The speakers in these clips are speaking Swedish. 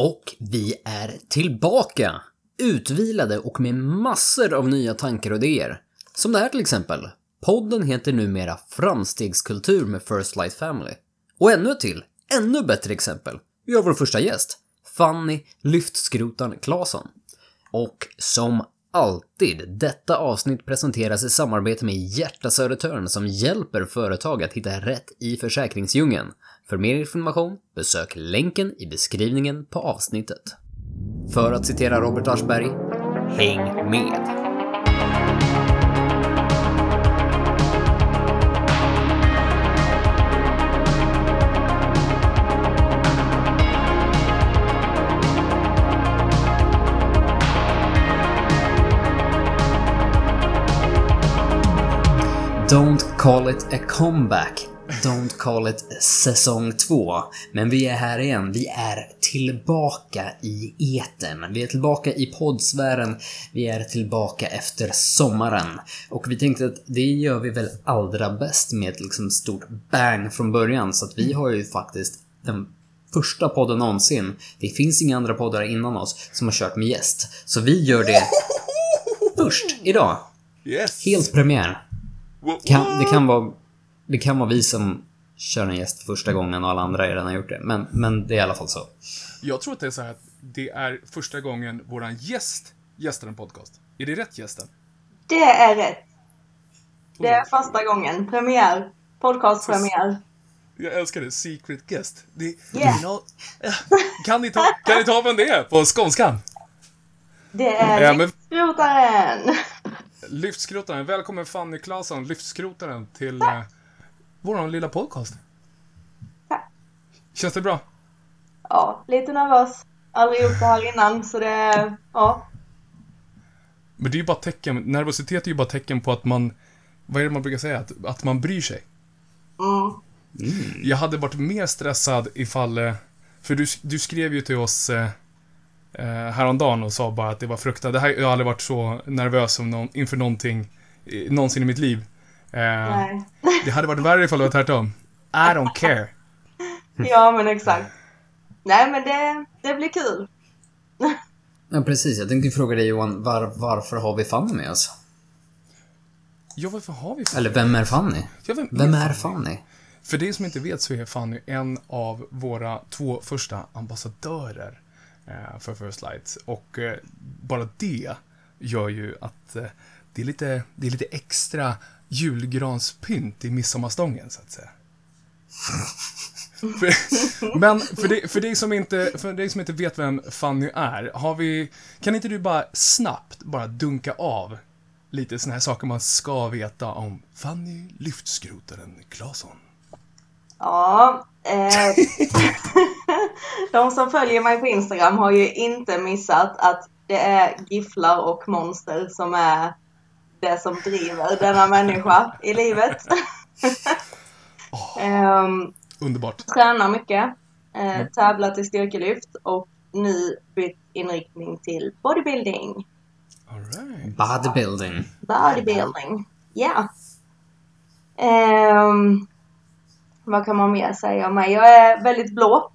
Och vi är tillbaka! Utvilade och med massor av nya tankar och idéer. Som det här till exempel. Podden heter numera Framstegskultur med First Light Family. Och ännu ett till, ännu bättre exempel. Vi har vår första gäst. Fanny Lyftskrotan Claesson. Och som alltid, detta avsnitt presenteras i samarbete med Hjärta Södertörn som hjälper företag att hitta rätt i försäkringsdjungeln. För mer information, besök länken i beskrivningen på avsnittet. För att citera Robert Aschberg, häng med! Don't call it a comeback. Don't call it säsong 2. Men vi är här igen. Vi är tillbaka i etern. Vi är tillbaka i poddsfären. Vi är tillbaka efter sommaren. Och vi tänkte att det gör vi väl allra bäst med ett liksom stort bang från början. Så att vi har ju faktiskt den första podden någonsin. Det finns inga andra poddar innan oss som har kört med gäst. Så vi gör det först idag. Yes. Helt premiär. Det kan vara vi som kör en gäst första gången och alla andra redan har gjort det. Men det är i alla fall så. Jag tror att det är så här att det är första gången våran gäst gästar en podcast. Är det rätt, gästen? Det är rätt. Det är första gången. Premiär. Podcastpremiär. Jag älskar det. Secret guest. Yeah. Kan ni ta vem det är på skånskan? Det är Lyftskrotaren. Lyftskrotaren. Välkommen Fanny Claesson, Lyftskrotaren, till våran lilla podcast. Tack. Känns det bra? Ja, lite nervös. Aldrig gjort det här innan, så det, ja. Men det är ju bara tecken, nervositet är ju bara tecken på att man, vad är det man brukar säga? Att man bryr sig. Jag hade varit mer stressad ifall, för du skrev ju till oss häromdagen och sa bara att det var fruktansvärt. Det här, jag har aldrig varit så nervös inför någonting någonsin i mitt liv. Nej. Det hade varit värre ifall det var tvärtom. I don't care. Ja, men exakt. Nej, men det blir kul. Ja, precis. Jag tänkte fråga dig, Johan, varför har vi Fanny med oss? Ja, varför har vi Fanny? Eller vem är Fanny? Ja, vem är Fanny? För det som inte vet så är Fanny en av våra 2 första ambassadörer för First Light. Och bara det gör ju att det är lite extra julgranspynt i midsommarstången, så att säga. Men för dig som inte vet vem Fanny är, kan inte du bara snabbt dunka av lite såna här saker man ska veta om Fanny Lyftskrotaren Claesson? Ja, de som följer mig på Instagram har ju inte missat att det är gifflar och monster som är det som driver denna människa i livet. Underbart. Tränar mycket, tävlat i styrkelyft och nu bytt inriktning till bodybuilding. All right. Bodybuilding, ja. Vad kan man mer säga om mig? Jag är väldigt blå.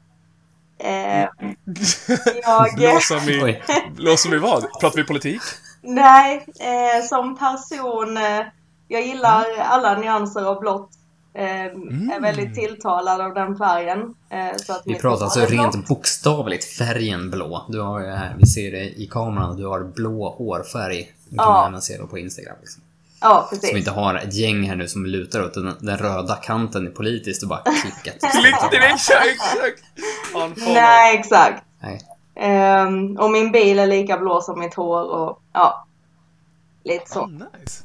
Blå som i vad? Pratar vi politik? Nej, som person, jag gillar alla nyanser av blått. Är väldigt tilltalad av den färgen. Så att vi pratar alltså rent bokstavligt färgen blå. Du har ju här, vi ser det i kameran, du har blå hårfärg. Du kan även se det på Instagram liksom. Ja, precis. Så vi inte har ett gäng här nu som lutar åt den röda kanten politiskt och bara klickat. Klick direkt, exakt. Nej, exakt. Nej. Och min bil är lika blå som mitt hår och ja, lite så. Nice.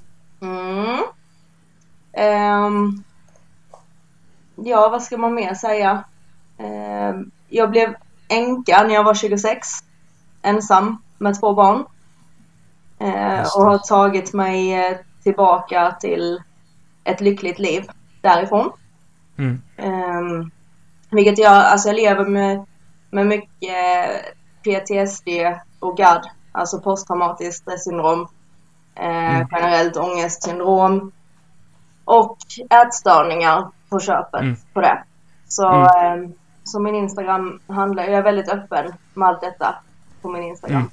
Ja, vad ska man mer säga? Jag blev änka när jag var 26. Ensam med 2 barn. Och har tagit mig tillbaka till ett lyckligt liv därifrån. Vilket jag lever med mycket PTSD och GAD, alltså posttraumatiskt stressyndrom, generellt ångestsyndrom och ätstörningar på köpet på det. Så så min Instagram jag är väldigt öppen med allt detta på min Instagram.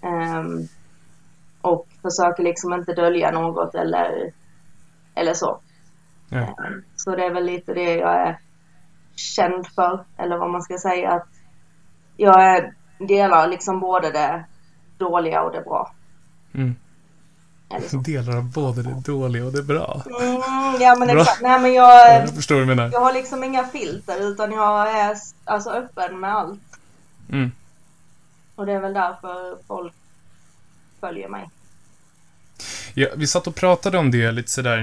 Och försöker liksom inte dölja något eller så. Så det är väl lite det jag är känd för, eller vad man ska säga, att jag delar liksom både det dåliga och det bra. Delar av både det dåliga och det bra. Ja, men exakt. Nej, men jag förstår vad du menar. Jag har liksom inga filter, utan jag är alltså öppen med allt. Och det är väl därför folk följer mig. Ja, vi satt och pratade om det lite sådär.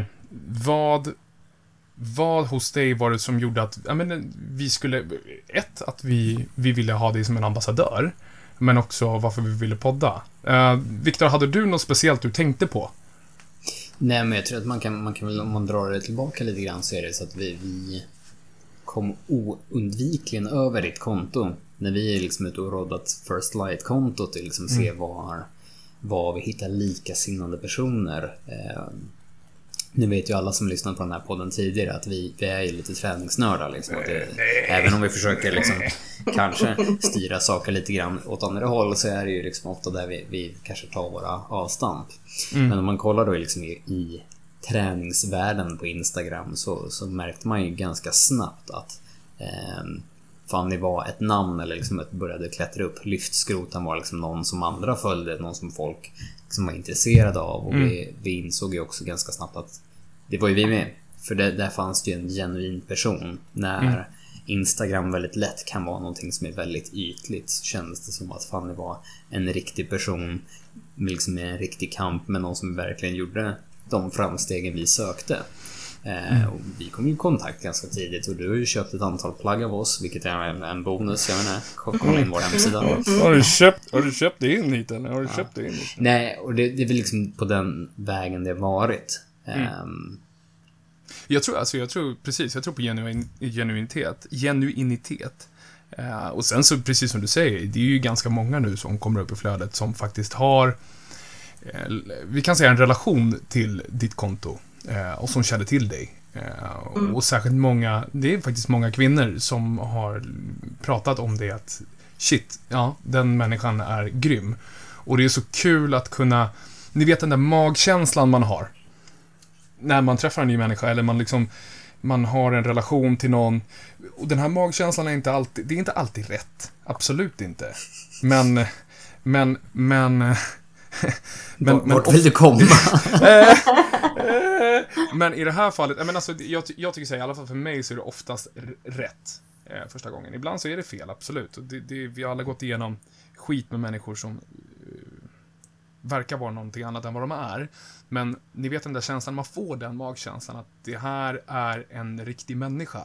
Vad hos dig var det som gjorde att vi skulle... att vi ville ha dig som en ambassadör. Men också varför vi ville podda. Viktor, hade du något speciellt du tänkte på? Nej, men jag tror att man kan väl, om man drar det tillbaka lite grann, så är det så att vi kom oundvikligen över ditt konto när vi är liksom ute och roddat First Light-kontot till liksom se var vi hittar likasinnade personer. Nu vet ju alla som lyssnat på den här podden tidigare att vi är ju lite träningsnördar liksom. Även om vi försöker liksom kanske styra saker lite grann åt andra håll, så är det ju liksom ofta där vi kanske tar våra avstamp. Men om man kollar då liksom i träningsvärlden på Instagram, så märkte man ju ganska snabbt att Fanny var ett namn, eller liksom började klättra upp. Lyftskrotan var liksom någon som andra följde, någon som folk liksom var intresserade av. Och vi insåg ju också ganska snabbt att det var ju vi med. För där fanns det ju en genuin person. När Instagram väldigt lätt kan vara någonting som är väldigt ytligt, så kändes det som att Fanny var en riktig person med liksom en riktig kamp, med någon som verkligen gjorde de framstegen vi sökte. Och vi kom i kontakt ganska tidigt, och du har ju köpt ett antal plagg av oss, vilket är en bonus. Jag menar, kolla in vår hemsida. Har du köpt det in hit, eller? Har du köpt det in hit? Nej, och det är väl liksom på den vägen det har varit. Jag tror på genuinitet. Och sen så, precis som du säger, det är ju ganska många nu som kommer upp i flödet som faktiskt har, vi kan säga, en relation till ditt konto. Och som kände till dig. Och särskilt många, det är faktiskt många kvinnor som har pratat om det, att shit, ja, den människan är grym. Och det är så kul att kunna, ni vet den där magkänslan man har när man träffar en ny människa, eller man har en relation till någon, och den här magkänslan är inte alltid rätt, absolut inte. Men vart vill du komma? Men i det här fallet, jag tycker säga, i alla fall för mig, så är det oftast rätt första gången. Ibland så är det fel, absolut. Vi har alla gått igenom skit med människor som verkar vara någonting annat än vad de är. Men ni vet den där känslan, man får den magkänslan att det här är en riktig människa.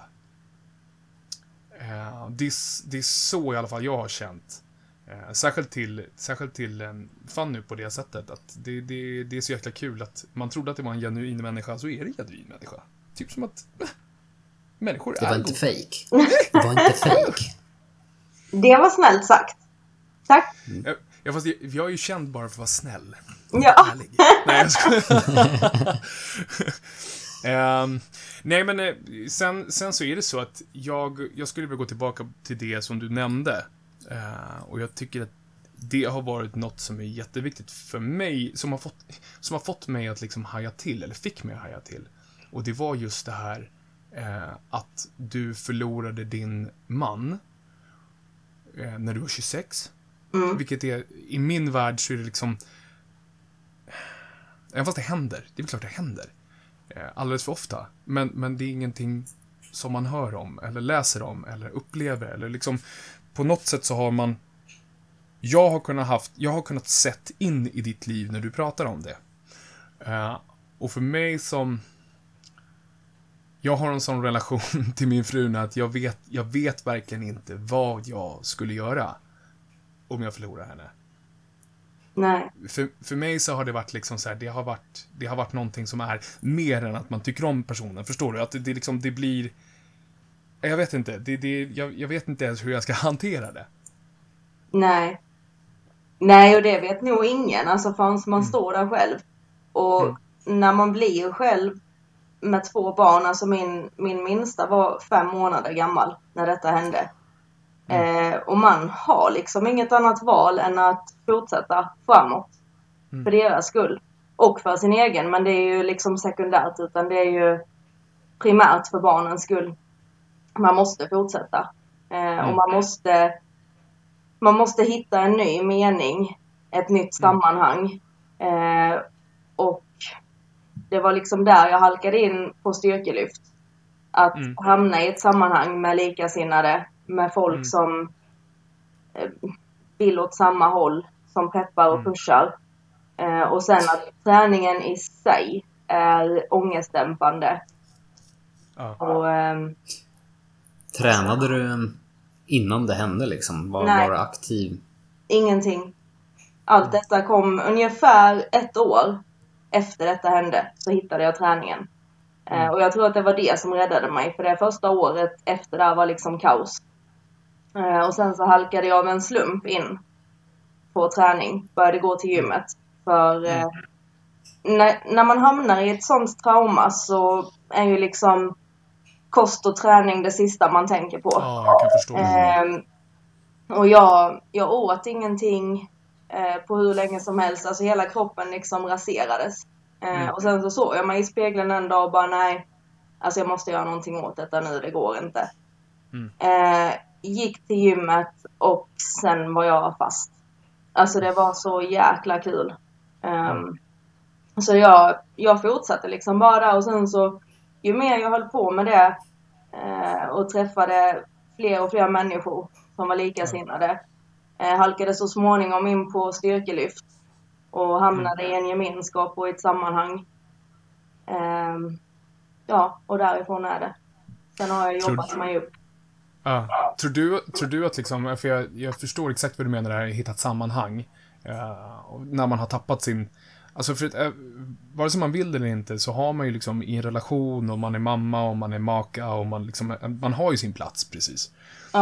Det är så i alla fall jag har känt. Särskilt till en fan nu på det sättet, att det är så jäkla kul att man trodde att det var en genuin människa, så är det en genuin människa. Typ som att människor det är var inte fake. Det var inte fake. Det var snällt sagt. Tack. Ja, fast jag är ju känd bara för att vara snäll. Ja. Nej, jag skojar. Nej, men sen så är det så att jag skulle vilja gå tillbaka till det som du nämnde. Och jag tycker att det har varit något som är jätteviktigt för mig, som har fått mig att liksom haja till, eller fick mig att haja till. Och det var just det här att du förlorade din man när du var 26. Vilket är, i min värld så är det liksom, även fast det händer, det är klart det händer alldeles för ofta, men det är ingenting som man hör om, eller läser om, eller upplever, eller liksom på något sätt så har man, jag har kunnat sett in i ditt liv när du pratar om det. Och för mig, som jag har en sån relation till min fru, att jag vet verkligen inte vad jag skulle göra om jag förlorar henne. Nej. För mig så har det varit liksom så här, det har varit någonting som är mer än att man tycker om personen, förstår du? Att det liksom, det blir, jag vet inte, jag vet inte ens hur jag ska hantera det. Nej, och det vet nog ingen, alltså förrän man står där själv. Och när man blir själv med 2 barn, alltså min minsta var 5 månader gammal när detta hände. Och man har liksom inget annat val än att fortsätta framåt. För deras skull. Och för sin egen. Men det är ju liksom sekundärt. Utan det är ju primärt för barnens skull. Man måste fortsätta. Och man måste hitta en ny mening. Ett nytt sammanhang. Och det var liksom där jag halkade in på styrkelyft. Att hamna i ett sammanhang med likasinnade. Med folk som vill åt samma håll. Som peppar och pushar. Och sen att träningen i sig är ångestdämpande. Och, tränade du innan det hände liksom? Var du aktiv? Ingenting. Allt detta kom ungefär 1 år efter detta hände. Så hittade jag träningen. Och jag tror att det var det som räddade mig. För det första året efter det var liksom kaos. Och sen så halkade jag med en slump in på träning. Började gå till gymmet. För när man hamnar i ett sånt trauma så är ju liksom kost och träning det sista man tänker på. Ja, jag kan förstå det. Och jag åt ingenting på hur länge som helst. Alltså hela kroppen liksom raserades. Och sen så såg jag mig i spegeln en dag och bara nej. Alltså jag måste göra någonting åt detta nu, det går inte. Gick till gymmet och sen var jag fast. Alltså det var så jäkla kul. Så jag fortsatte liksom bara där. Och sen så ju mer jag höll på med det och träffade fler och fler människor som var likasinnade, halkade så småningom in på styrkelyft och hamnade i en gemenskap och i ett sammanhang. Ja, och därifrån är det. Sen har jag jobbat mig upp. Tror du att liksom, för jag förstår exakt vad du menar där, hittat sammanhang när man har tappat sin, alltså för att, vare sig man vill eller inte så har man ju liksom i en relation och man är mamma och man är maka och man liksom, man har ju sin plats precis.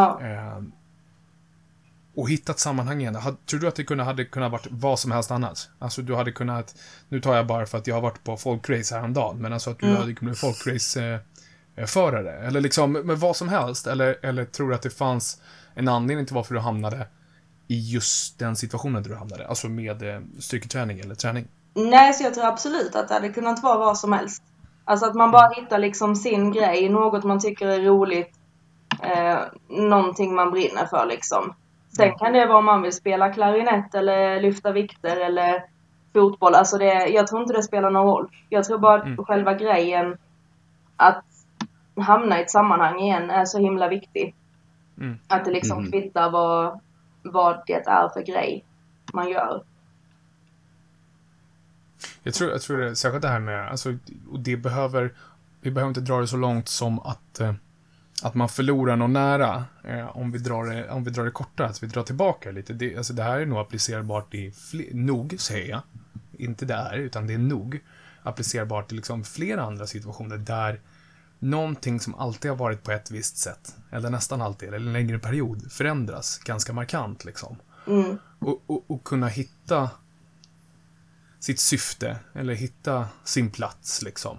Och hittat sammanhang igen. Tror du att det hade kunnat varit vad som helst annat? Alltså du hade kunnat, nu tar jag bara för att jag har varit på folkrace häromdagen, men alltså att du hade kunnat bli folkrace förare, eller liksom med vad som helst, eller tror du att det fanns en anledning till varför du hamnade i just den situationen där du hamnade, alltså med styrketräning eller träning? Nej, så jag tror absolut att det hade kunnat vara vad som helst. Alltså att man bara hittar liksom sin grej, något man tycker är roligt, någonting man brinner för liksom. Sen kan det vara om man vill spela klarinett eller lyfta vikter eller fotboll, alltså jag tror inte det spelar någon roll. Jag tror bara att själva grejen att hamna i ett sammanhang igen är så himla viktig. Att det liksom kvittar vad det är för grej man gör. Jag tror det är särskilt det här med, alltså, och vi behöver inte dra det så långt som att man förlorar någon nära, om vi drar det kortare, att vi drar tillbaka lite. Det här är nog applicerbart i nog, säger jag. Inte det är, utan det är nog applicerbart i liksom flera andra situationer där någonting som alltid har varit på ett visst sätt, eller nästan alltid, eller en längre period, förändras ganska markant liksom. Och kunna hitta sitt syfte, eller hitta sin plats liksom.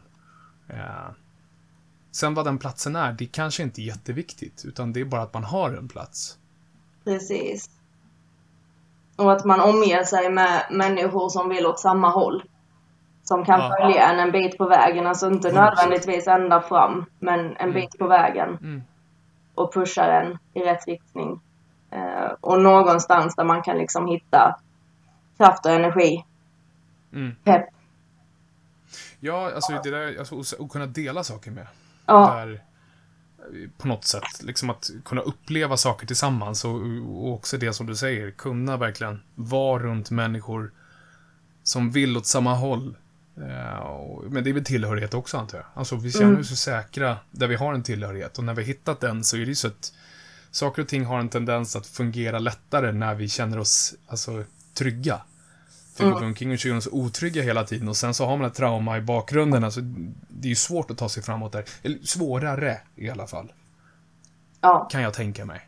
Sen vad den platsen är, det kanske inte är jätteviktigt, utan det är bara att man har en plats. Precis. Och att man omger sig med människor som vill åt samma håll. Som kan följa en bit på vägen. Alltså inte nödvändigtvis ända fram, men en bit på vägen. Och pushar en i rätt riktning. Och någonstans där man kan liksom hitta kraft och energi. Pepp. Ja, alltså det där, alltså, att kunna dela saker med. Där, på något sätt, liksom att kunna uppleva saker tillsammans och också det som du säger, kunna verkligen vara runt människor som vill åt samma håll. Men det är väl tillhörighet också, antar jag. Alltså vi känner oss så säkra där vi har en tillhörighet, och när vi har hittat den så är det ju så att saker och ting har en tendens att fungera lättare när vi känner oss alltså trygga. För går omkring och känner oss otrygga hela tiden, och sen så har man ett trauma i bakgrunden, alltså det är ju svårt att ta sig framåt där. Eller svårare i alla fall. Kan jag tänka mig.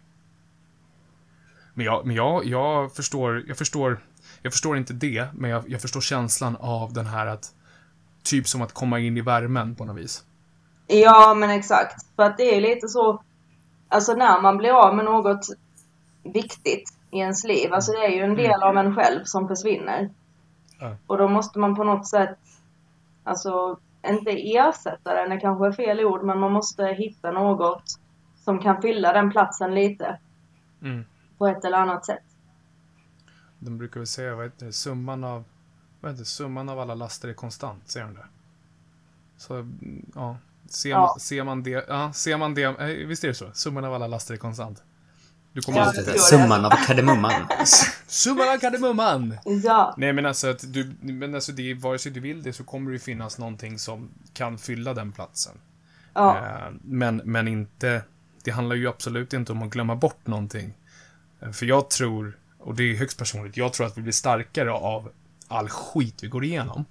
Men jag förstår inte det, men jag förstår känslan av den här att typ som att komma in i värmen på något vis. Ja, men exakt. För att det är lite så, alltså när man blir av med något viktigt i ens liv. Alltså det är ju en del av en själv som försvinner. Och då måste man på något sätt, alltså inte ersätta den, det kanske är fel ord, men man måste hitta något som kan fylla den platsen lite. På ett eller annat sätt. De brukar väl säga, vad heter det? Summan av alla laster är konstant, säger de det. Så, ja. Ser man det, visst är det så? Summan av alla laster är konstant. Du kommer summan av kardemumman. Summan av kardemumman! Ja. Nej, men alltså, det är, vare sig du vill det så kommer det ju finnas någonting som kan fylla den platsen. Ja. Men inte, det handlar ju absolut inte om att glömma bort någonting. För jag tror, och det är högst personligt, jag tror att vi blir starkare av all skit vi går igenom.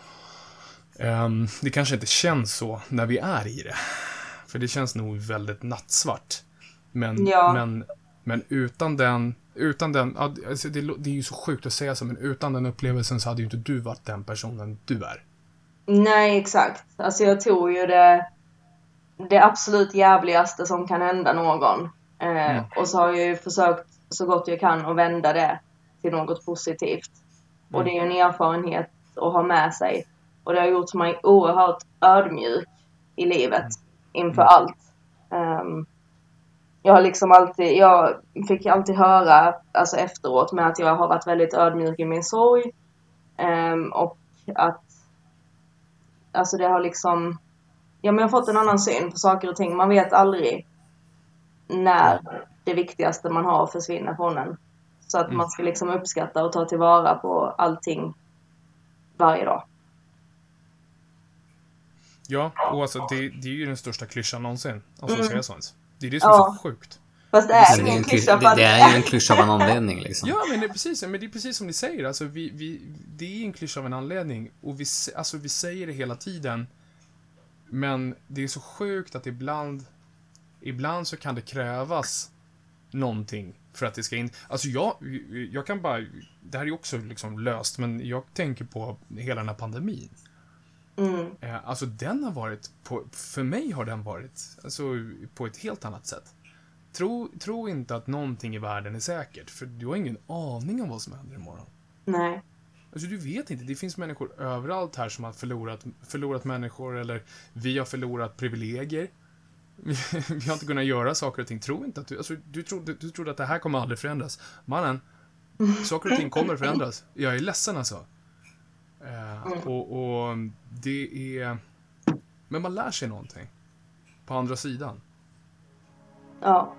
Det kanske inte känns så när vi är i det. För det känns nog väldigt nattsvart. Men utan den alltså det är ju så sjukt att säga så, men utan den upplevelsen så hade ju inte du varit den personen du är. Nej, exakt. Alltså jag tror ju det absolut jävligaste som kan hända någon. Och så har jag ju försökt så gott jag kan att vända det till något positivt. Och det är ju en erfarenhet att ha med sig. Och det har gjort mig oerhört ödmjuk i livet inför allt. Jag fick alltid höra, alltså efteråt, med att jag har varit väldigt ödmjuk i min sorg. Och att alltså det har liksom, ja, men jag har fått en annan syn på saker och ting. Man vet aldrig när det viktigaste man har försvinner från en. Så att man ska liksom uppskatta och ta tillvara på allting varje dag. Ja, och alltså det är ju den största klyschan någonsin. Alltså att säga sånt. Det är det som är så sjukt. Fast det är ju en klyscha. Det är ju en klyscha av en anledning liksom. Ja, men det är precis som ni säger. Alltså det är en klyscha av en anledning. Och vi säger det hela tiden. Men det är så sjukt att ibland så kan det krävas någonting för att det ska in. Alltså jag kan bara, det här är ju också liksom löst, men jag tänker på hela den här pandemin. Alltså den har varit för mig har den varit alltså på ett helt annat sätt. Tro inte att någonting i världen är säkert, för du har ingen aning om vad som händer imorgon. Nej. Alltså du vet inte, det finns människor överallt här som har förlorat människor, eller vi har förlorat privilegier. Vi har inte kunnat göra saker och ting. Tro inte att du trodde att det här kommer aldrig förändras. Mannen, saker och ting kommer förändras. Jag är ledsen alltså. Och det är, men man lär sig någonting på andra sidan. Ja.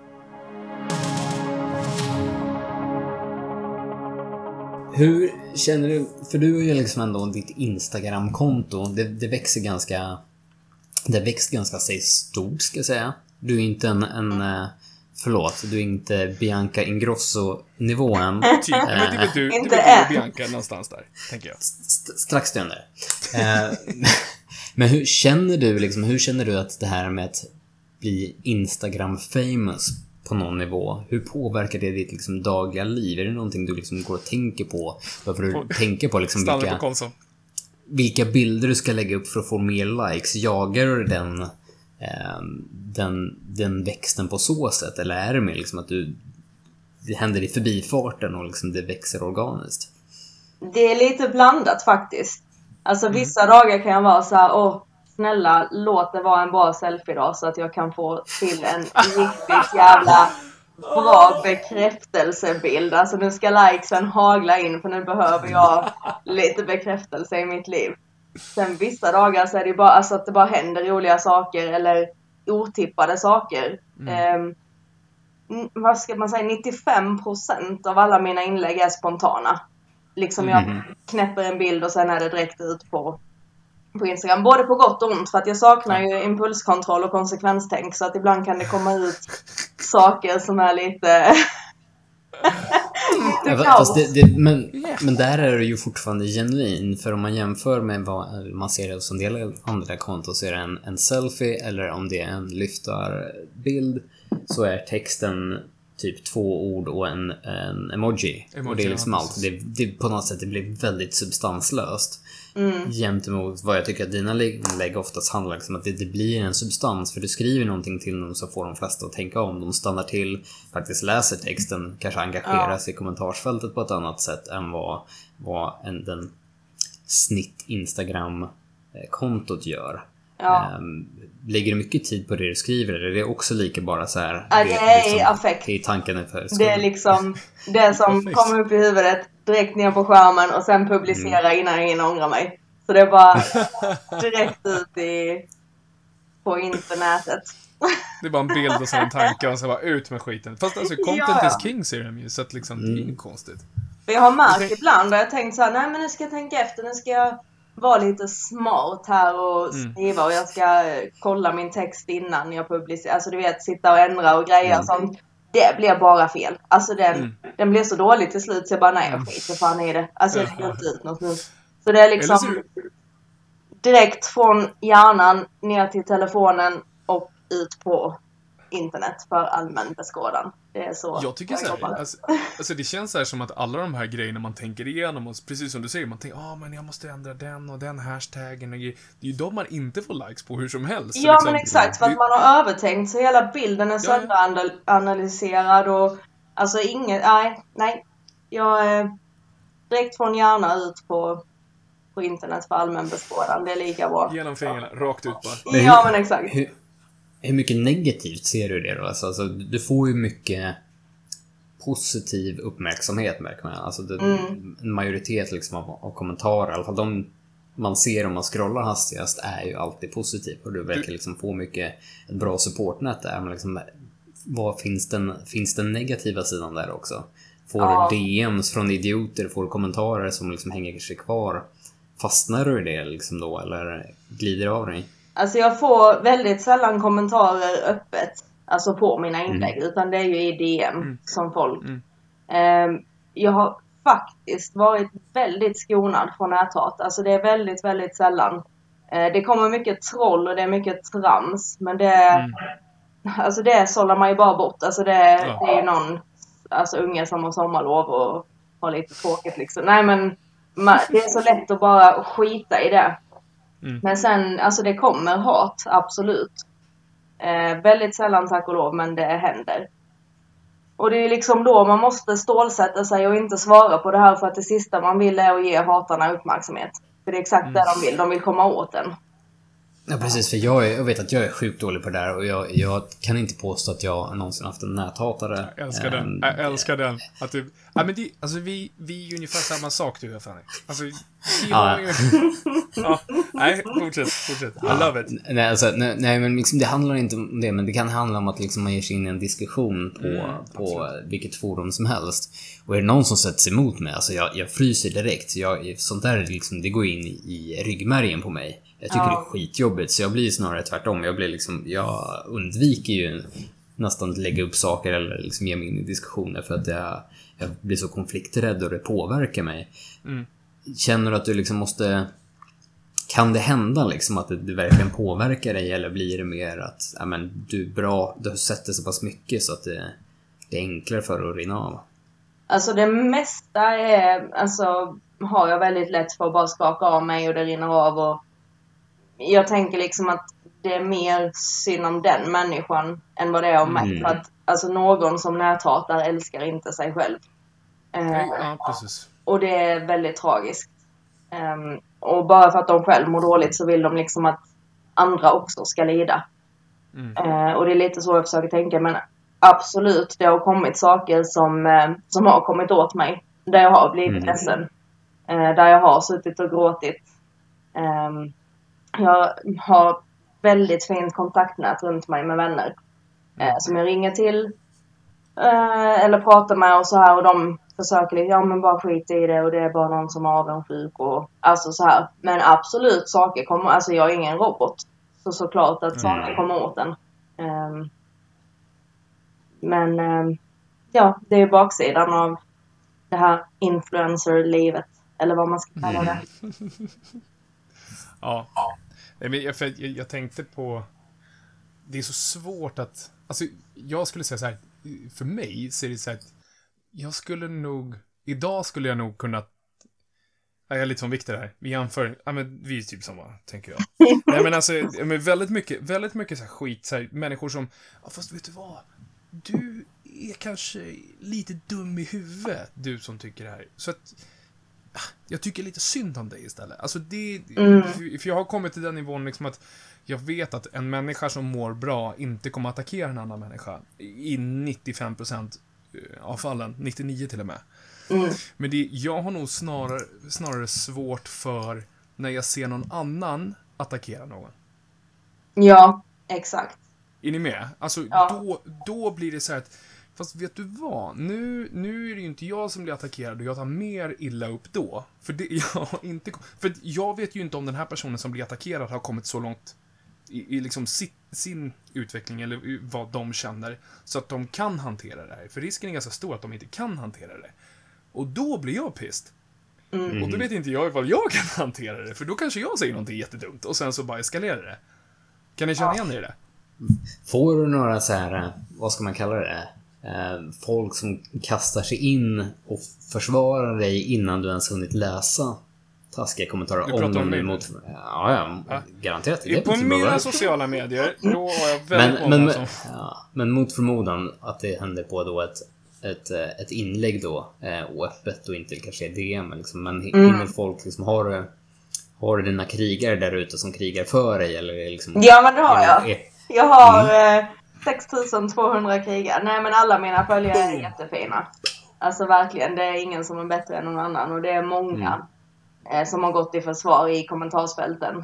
Hur känner du, för du har ju liksom ändå ditt Instagram-konto, det växer ganska, det växt ganska stort, ska jag säga. Du är inte du är inte Bianca Ingrosso-nivån. Men det är du och Bianca någonstans där, tänker jag. Strax under. Men hur känner du att det här med att bli Instagram-famous på någon nivå, hur påverkar det ditt liksom dagliga liv? Är det någonting du liksom går och tänker på? Varför du tänker på liksom vilka bilder du ska lägga upp för att få mer likes? Jagar du den växten på så sätt? Eller är det mer liksom att det händer i förbifarten och liksom det växer organiskt? Det är lite blandat faktiskt. Alltså vissa dagar kan jag vara så här, snälla, låt det vara en bra selfie då, så att jag kan få till en riktigt jävla bra bekräftelsebild. Alltså nu ska likesen hagla in, för nu behöver jag lite bekräftelse i mitt liv. Sen vissa dagar så är det bara alltså att det bara händer roliga saker eller otippade saker. Vad ska man säga, 95% av alla mina inlägg är spontana. Liksom jag knäpper en bild och sen är det direkt ut på Instagram. Både på gott och ont, för att jag saknar ju impulskontroll och konsekvenstänk, så att ibland kan det komma ut saker som är lite fast men där är det ju fortfarande genuin, för om man jämför med vad man ser hos en del andra konton, så är det en selfie, eller om det är en lyftarbild så är texten typ 2 ord och en emoji. Och det är liksom allt. Det på något sätt det blir väldigt substanslöst. Gentemot vad jag tycker att dina inlägg oftast handlar liksom att det blir en substans. För du skriver någonting till dem så får de flesta att tänka om. De stannar till, faktiskt läser texten, kanske engageras i kommentarsfältet på ett annat sätt än vad den snitt Instagram-kontot gör. Lägger du mycket tid på det du skriver eller är det också lika bara så här? Det är liksom, affekt. Det är tanken för det är liksom det som kommer upp i huvudet direkt ner på skärmen och sen publicera innan jag hinner ångra mig. Så det är bara direkt ut på internetet. Det är bara en bild och så en tanke och så bara ut med skiten. Fast alltså content is king säger de ju, så att liksom det är inget konstigt. För jag har märkt ibland och jag tänkt så här, nej men nu ska jag tänka efter, nu ska jag vara lite smart här och skriva och jag ska kolla min text innan jag publicerar. Alltså du vet, sitta och ändra och grejer och sånt. Det blir bara fel. Alltså den blir så dålig till slut så jag bara, nej jag skiter fan i det. Alltså jag lägger inte ut något nu. Så det är liksom direkt från hjärnan ner till telefonen och ut på internet för allmän beskådan. Det är så jag tycker så här, alltså det känns så här som att alla de här grejerna man tänker igenom och precis som du säger, man tänker, men jag måste ändra den och den hashtaggen och det är ju de man inte får likes på hur som helst. Ja liksom, men exakt, för att man har övertänkt så hela bilden är sönderanalyserad och alltså nej jag är direkt från hjärna ut på internet för allmän beskådan, det är lika bra. Genom fingrarna, rakt ut bara. Ja men exakt. Hur mycket negativt ser du det då? Alltså, du får ju mycket positiv uppmärksamhet märker man. Alltså en majoritet liksom av kommentarer, i alla fall de man ser om man scrollar hastigast är ju alltid positivt och du verkar liksom få mycket ett bra supportnät där. Men liksom, finns den negativa sidan där också? Får du DMs från idioter, får du kommentarer som liksom hänger sig kvar? Fastnar du i det liksom då eller glider av dig? Alltså jag får väldigt sällan kommentarer öppet, alltså på mina inlägg, utan det är ju i DM som folk. Jag har faktiskt varit väldigt skonad från näthat. Alltså det är väldigt, väldigt sällan. Det kommer mycket troll och det är mycket trams, men alltså det sållar man ju bara bort. Alltså det är någon unge som har sommarlov och har lite tråkigt liksom. Nej men det är så lätt att bara skita i det. Men sen, alltså det kommer hat, absolut. Väldigt sällan tack och lov, men det händer. Och det är liksom då man måste stålsätta sig och inte svara på det här för att det sista man vill är att ge hatarna uppmärksamhet. För det är exakt det de vill komma åt den. Ja precis, för jag vet att jag är sjukt dålig på det där och jag kan inte påstå att jag någonsin haft en näthatare. Jag älskar den. Att du, men det, alltså vi är ungefär samma sak du och Fanny. Alltså vi har ju... nej, fortsätt. I love it. Nej, men liksom, det handlar inte om det, men det kan handla om att liksom man ger sig in i en diskussion på vilket forum som helst. Och är det någon som sätts emot mig, alltså jag fryser direkt. Sånt där liksom, det går in i ryggmärgen på mig. Jag tycker det är skitjobbigt, så jag blir snarare tvärtom. Jag undviker ju nästan att lägga upp saker eller liksom ge mig in i diskussioner för att jag blir så konflikträdd och det påverkar mig. Känner du att du liksom måste... Kan det hända liksom att det verkligen påverkar dig, eller blir det mer att du är bra, du har sett det så pass mycket så att det är enklare för att rinna av? Alltså det mesta har jag väldigt lätt för att bara skaka av mig och det rinner av, och jag tänker liksom att det är mer synd om den människan än vad det är om mig. För att alltså, någon som näthatar älskar inte sig själv. Ja, precis. Och det är väldigt tragiskt. Och bara för att de själv mår dåligt så vill de liksom att andra också ska lida. Och det är lite så jag försöker tänka. Men absolut, det har kommit saker som har kommit åt mig. Där jag har blivit ledsen. Där jag har suttit och gråtit. Jag har väldigt fint kontaktnät runt mig med vänner. Som jag ringer till. Eller pratar med och så här. Och de försöker lite, men bara skit i det. Och det är bara någon som är avundsjuk. Och alltså så här. Men absolut, saker kommer. Alltså jag är ingen robot. Så såklart att saker kommer åt den. Men det är baksidan av det här influencer-livet. Eller vad man ska kalla det. Ja. Jag tänkte på... Det är så svårt att... Alltså, jag skulle säga så här... för mig så är det så att idag skulle jag nog kunna. Jag är lite som Victor här. Vi jämför, men vi är typ samma, tänker jag. Nej, men alltså, väldigt mycket så här skit, så här, människor som, fast vet du vad? Du är kanske lite dum i huvudet, du som tycker det här. Så att, jag tycker lite synd om dig istället. Alltså för jag har kommit till den nivån liksom att jag vet att en människa som mår bra inte kommer att attackera en annan människa. I 95% av fallen, 99 till och med. Men jag har nog snarare svårt för när jag ser någon annan attackera någon. Ja, exakt. Är ni med? Alltså, då blir det så här att, fast vet du vad? Nu är det ju inte jag som blir attackerad och jag tar mer illa upp då. För jag vet ju inte om den här personen som blir attackerad har kommit så långt i liksom sin utveckling eller vad de känner så att de kan hantera det här. För risken är ganska stor att de inte kan hantera det. Och då blir jag pissed. Och då vet inte jag ifall jag kan hantera det. För då kanske jag säger någonting jättedumt och sen så bara eskalerar det. Kan ni känna igen er i det? Får du några så här, vad ska man kalla det? Folk som kastar sig in och försvarar dig innan du ens hunnit läsa taskiga kommentarer om dem emot. Ja, garanterat. Det på mina sociala medier då har jag väldigt många som... men mot förmodan att det händer på då ett inlägg då och öppet och inte kanske är DM liksom, men hinner folk liksom har du dina krigare där ute som krigar för dig eller liksom, ja, men det har jag. Jag har 6200 krigare. Nej, men alla mina följare är jättefina. Alltså verkligen, det är ingen som är bättre än någon annan och det är många som har gått i försvar i kommentarsfälten.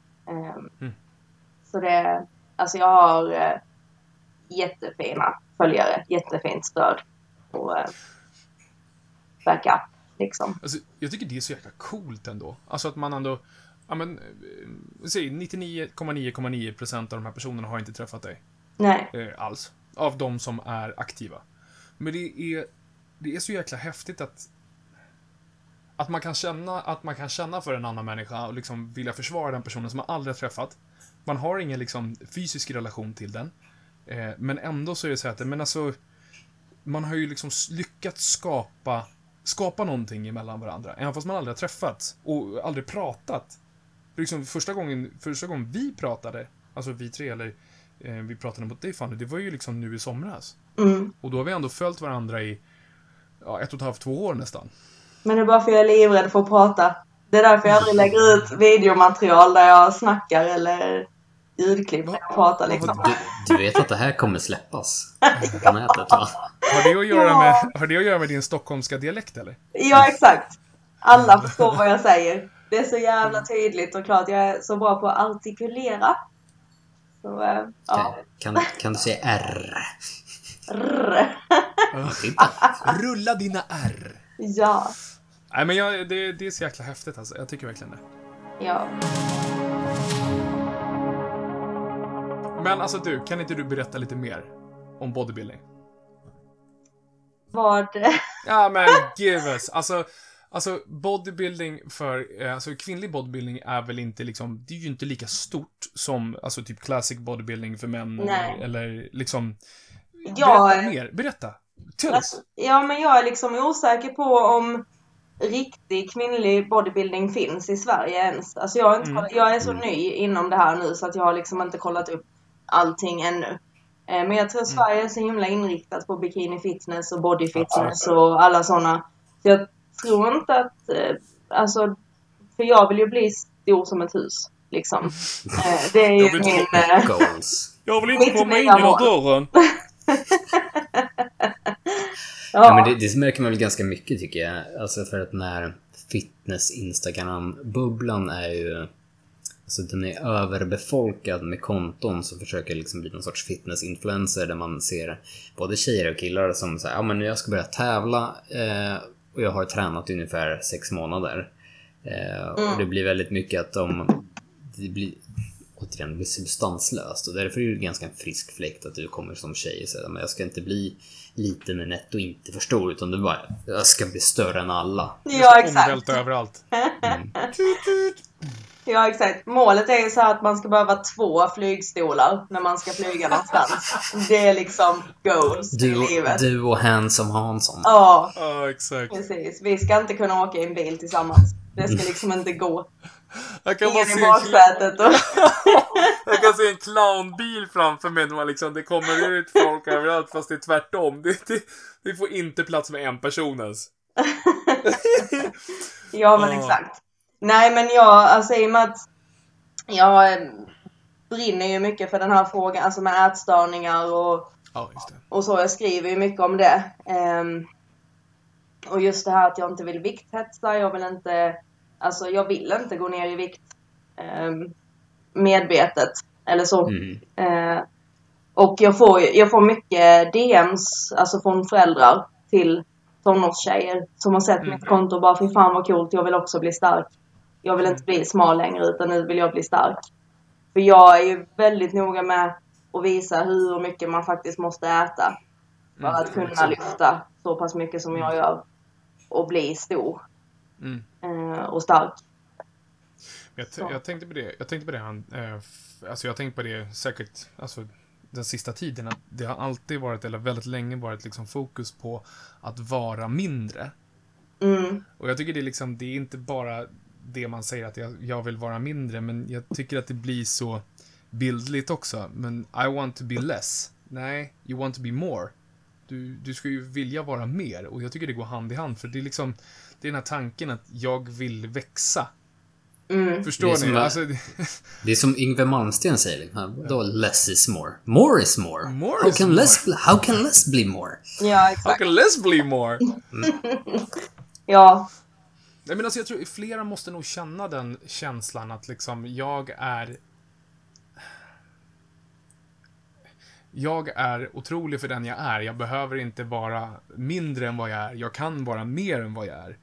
Så det, alltså jag har jättefina följare, jättefint stöd och backup liksom. Alltså, jag tycker det är så jäkla coolt ändå. Alltså att man ändå, ja men, säg 99,9% av de här personerna har inte träffat dig. Nej. Alls. Av de som är aktiva. Men det är så jäkla häftigt att man kan känna för en annan människa och liksom vilja försvara den personen som man aldrig har träffat. Man har ingen liksom fysisk relation till den. Men ändå så är det så att, men alltså, man har ju liksom lyckats skapa någonting emellan varandra. Även fast man aldrig har träffats och aldrig pratat. För liksom första gången vi pratade, alltså vi tre eller vi pratade mot dig Fanny, det var ju liksom nu i somras. Och då har vi ändå följt varandra i 1,5-2 år nästan. Men det är bara för jag är livrädd för att prata. Det är därför jag aldrig lägger ut videomaterial där jag snackar eller ljudklipp när jag pratar liksom. Du vet att det här kommer släppas på nätet, va? Har det att göra med din stockholmska dialekt eller? Ja, exakt. Alla förstår vad jag säger. Det är så jävla tydligt och klart. Jag är så bra på att artikulera. Så, ja. Kan du säga R? Rulla dina R. Ja. Nej, men det är så jäkla häftigt alltså. Jag tycker verkligen det. Ja. Men alltså kan inte du berätta lite mer om bodybuilding? Vad? Ja, men give us. Alltså bodybuilding alltså kvinnlig bodybuilding är väl inte liksom, det är ju inte lika stort som alltså typ classic bodybuilding för män. Eller liksom berätta. Tell us. Ja, men jag är liksom osäker på om riktig kvinnlig bodybuilding finns i Sverige ens. Alltså jag är så ny inom det här nu så att jag har liksom inte kollat upp allting ännu. Men jag tror Sverige är så himla inriktat på bikini fitness och body fitness och alla sådana. Så jag tror inte att, alltså, för jag vill ju bli stor som ett hus, liksom. Det är ju min... Jag vill inte komma in genom dörren. Ja, men det märker man väl ganska mycket tycker jag. Alltså för att den här fitness-instagram-bubblan är ju... Alltså den är överbefolkad med konton som försöker liksom bli någon sorts fitness-influencer där man ser både tjejer och killar som säger, ja men jag ska börja tävla och jag har tränat i ungefär 6 månader. Och det blir väldigt mycket att det blir substanslöst och därför är det ganska en frisk fläkt att du kommer som tjej och säger, men jag ska inte bli liten och nätt och inte för stor utan det bara, jag ska bli större än alla. Ja, exakt. Överallt. Ja, exakt. Målet är ju så att man ska behöva 2 flygstolar när man ska flyga någonstans. Det är liksom goals i livet. Du och Handsome Hansson. Ja, exakt. precis. Vi ska inte kunna åka i en bil tillsammans. Det ska liksom inte gå. Jag kan Ingen i baksätet. Jag kan se en clownbil framför mig när man liksom, det kommer ut folk överallt fast det är tvärtom. Det får inte plats med en person ens. Ja, men exakt. Nej, men alltså i och med att jag brinner ju mycket för den här frågan, alltså med ätstörningar och så. Jag skriver ju mycket om det. Och just det här att jag inte vill vikthetsa, jag vill inte gå ner i vikt medvetet eller så. Och jag får mycket DMs, alltså från föräldrar till tonårstjejer som har sett mitt konto och bara, fy fan vad coolt, jag vill också bli stark. Jag vill inte bli smal längre, utan nu vill jag bli stark. För jag är ju väldigt noga med att visa hur mycket man faktiskt måste äta för att kunna lyfta så pass mycket som jag gör och bli stor och stark. Jag tänkte på det alltså jag tänkte på det säkert, alltså den sista tiden, att det har alltid varit, eller väldigt länge varit liksom fokus på att vara mindre. Och jag tycker det är liksom, det är inte bara det man säger att jag vill vara mindre, men jag tycker att det blir så bildligt också. Men I want to be less. Nej, you want to be more. Du ska ju vilja vara mer, och jag tycker det går hand i hand, för det är liksom, det är den här tanken att jag vill växa. Förstår ni? Alltså, det är som Yngve Malmsteen säger liksom, då less is more. More is more. How can less be more? Ja, exakt. How can less be more? Ja. Nej, men alltså jag tror flera måste nog känna den känslan att liksom jag är otrolig för den jag är. Jag behöver inte vara mindre än vad jag är. Jag kan vara mer än vad jag är.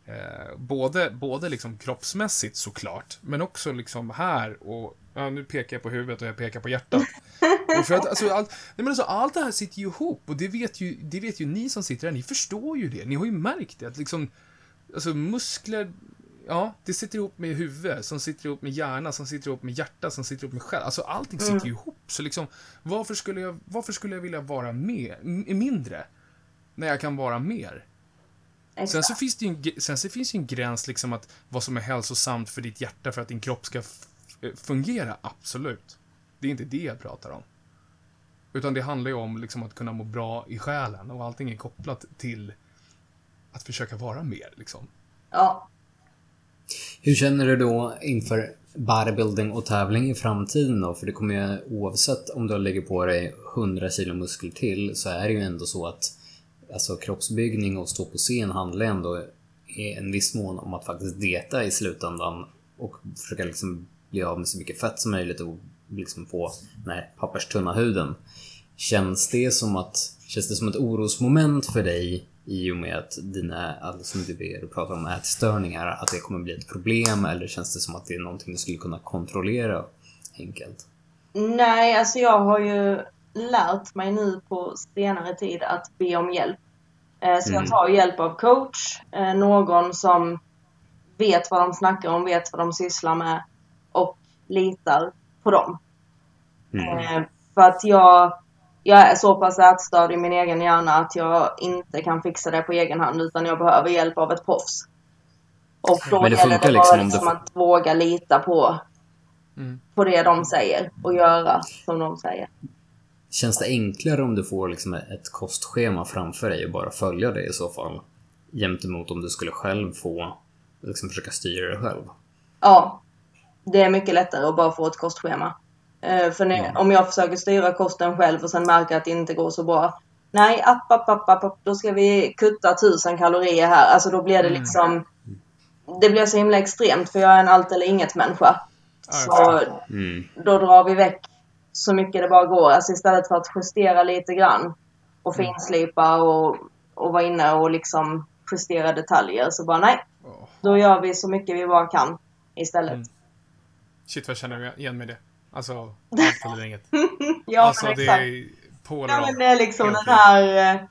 Både liksom kroppsmässigt såklart, men också liksom här, och nu pekar jag på huvudet och jag pekar på hjärtat. Och för att allt det här sitter ju ihop, och det vet ju ni som sitter här, ni förstår ju det. Ni har ju märkt det att liksom, alltså muskler, ja, det sitter ihop med huvudet, som sitter ihop med hjärna, som sitter ihop med hjärta, som sitter ihop med själ. Alltså allting sitter ju ihop. Så liksom, varför skulle jag vilja vara mindre när jag kan vara mer? Sen så finns det ju en gräns liksom, att vad som är hälsosamt för ditt hjärta för att din kropp ska fungera, absolut. Det är inte det jag pratar om. Utan det handlar ju om liksom att kunna må bra i själen, och allting är kopplat till att försöka vara mer liksom. Ja. Hur känner du då inför bodybuilding och tävling i framtiden då? För det kommer ju, oavsett om du lägger på dig 100 kilo muskel till, så är det ju ändå så att alltså kroppsbyggning och stå på scen handlar ändå i en viss mån om att faktiskt dieta i slutändan och försöka liksom bli av med så mycket fett som möjligt och liksom få den här papperstunna huden. Känns det som ett orosmoment för dig i och med att som du pratar om ätstörningar, att det kommer bli ett problem, eller känns det som att det är någonting du skulle kunna kontrollera enkelt? Nej, alltså jag har ju lärt mig nu på senare tid att be om hjälp. Så jag tar hjälp av coach, någon som vet vad de snackar om, vet vad de sysslar med och litar på dem. För att jag är så pass ätstörd i min egen hjärna att jag inte kan fixa det på egen hand, utan jag behöver hjälp av ett proffs. Och då gäller det bara liksom att våga lita på det de säger och göra som de säger. Känns det enklare om du får liksom ett kostschema framför dig och bara följa det i så fall, jämt emot om du skulle själv få liksom försöka styra det själv? Ja, det är mycket lättare att bara få ett kostschema. För om jag försöker styra kosten själv och sen märker att det inte går så bra, nej, då ska vi kutta 1000 kalorier här. Alltså då blir det liksom, det blir så himla extremt, för jag är en allt eller inget människa. Så då drar vi väck så mycket det bara går. Alltså istället för att justera lite grann och finslipa och vara inne och liksom justera detaljer, så bara nej, då gör vi så mycket vi bara kan istället. Shit, vad känner du igen med det? Alltså, allt eller inget. Ja, alltså, men det är men det är liksom den här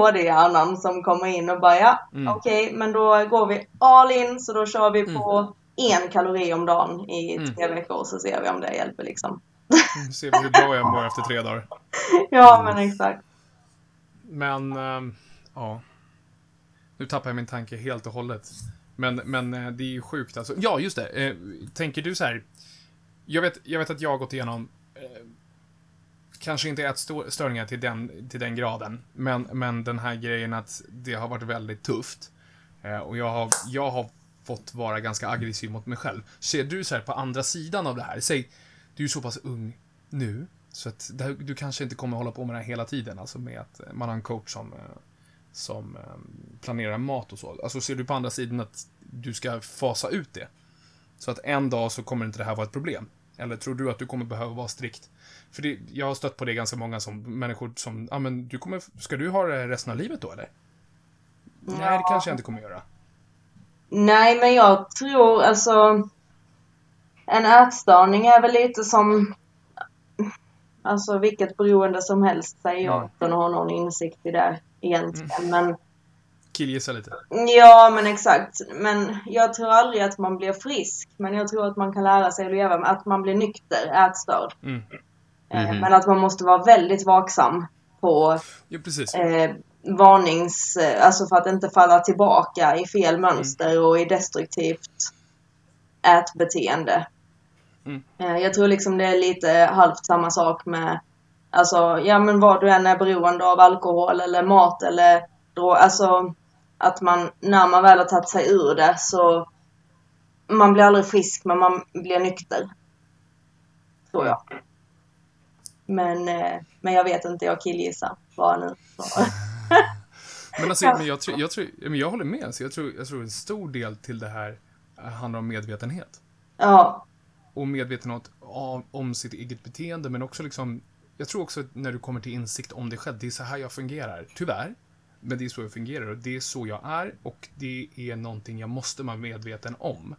ADHD-hjärnan som kommer in och bara okej, men då går vi all in, så då kör vi på 1 kalori om dagen i 3 veckor, så ser vi om det hjälper liksom. Ser vi hur bra jag mår efter 3 dagar. Ja, men exakt. Men, ja. Nu tappar jag min tanke helt och hållet. Men det är ju sjukt alltså. Ja, just det. Tänker du så här. Jag vet att jag har gått igenom kanske inte ätstörningar till den graden. Men den här grejen att det har varit väldigt tufft. Och jag har fått vara ganska aggressiv mot mig själv. Ser du så här på andra sidan av det här? Säg, du är så pass ung nu. Så att du kanske inte kommer hålla på med det här hela tiden. Alltså med att man har en coach som planerar mat och så. Alltså ser du på andra sidan att du ska fasa ut det? Så att en dag så kommer inte det här vara ett problem. Eller tror du att du kommer behöva vara strikt? För jag har stött på det ganska många människor som, ja men ska du ha det resten av livet då eller? Ja. Nej, det kanske jag inte kommer göra. Nej, men jag tror alltså en ätstörning är väl lite som alltså vilket beroende som helst, säger jag, utan att ha någon insikt i det egentligen. Men killgissa lite. Ja, men exakt. Men jag tror aldrig att man blir frisk. Men jag tror att man kan lära sig att leva med att man blir nykter, ätstörd. Men att man måste vara väldigt vaksam på alltså för att inte falla tillbaka i fel mönster och i destruktivt ätbeteende. Jag tror liksom det är lite halvt samma sak med alltså, ja men vad du än är beroende av, alkohol eller mat eller alltså att man, när man väl har tagit sig ur det, så man blir aldrig frisk, men man blir nykter. Tror jag. Men jag vet inte, jag killgissar bara nu. Men alltså, jag håller med. Så jag tror en stor del till det här handlar om medvetenhet. Ja. Och medvetenhet om sitt eget beteende, men också liksom, jag tror också att när du kommer till insikt om dig själv, det är så här jag fungerar. Tyvärr. Men det är så jag fungerar och det är så jag är och det är någonting jag måste vara medveten om.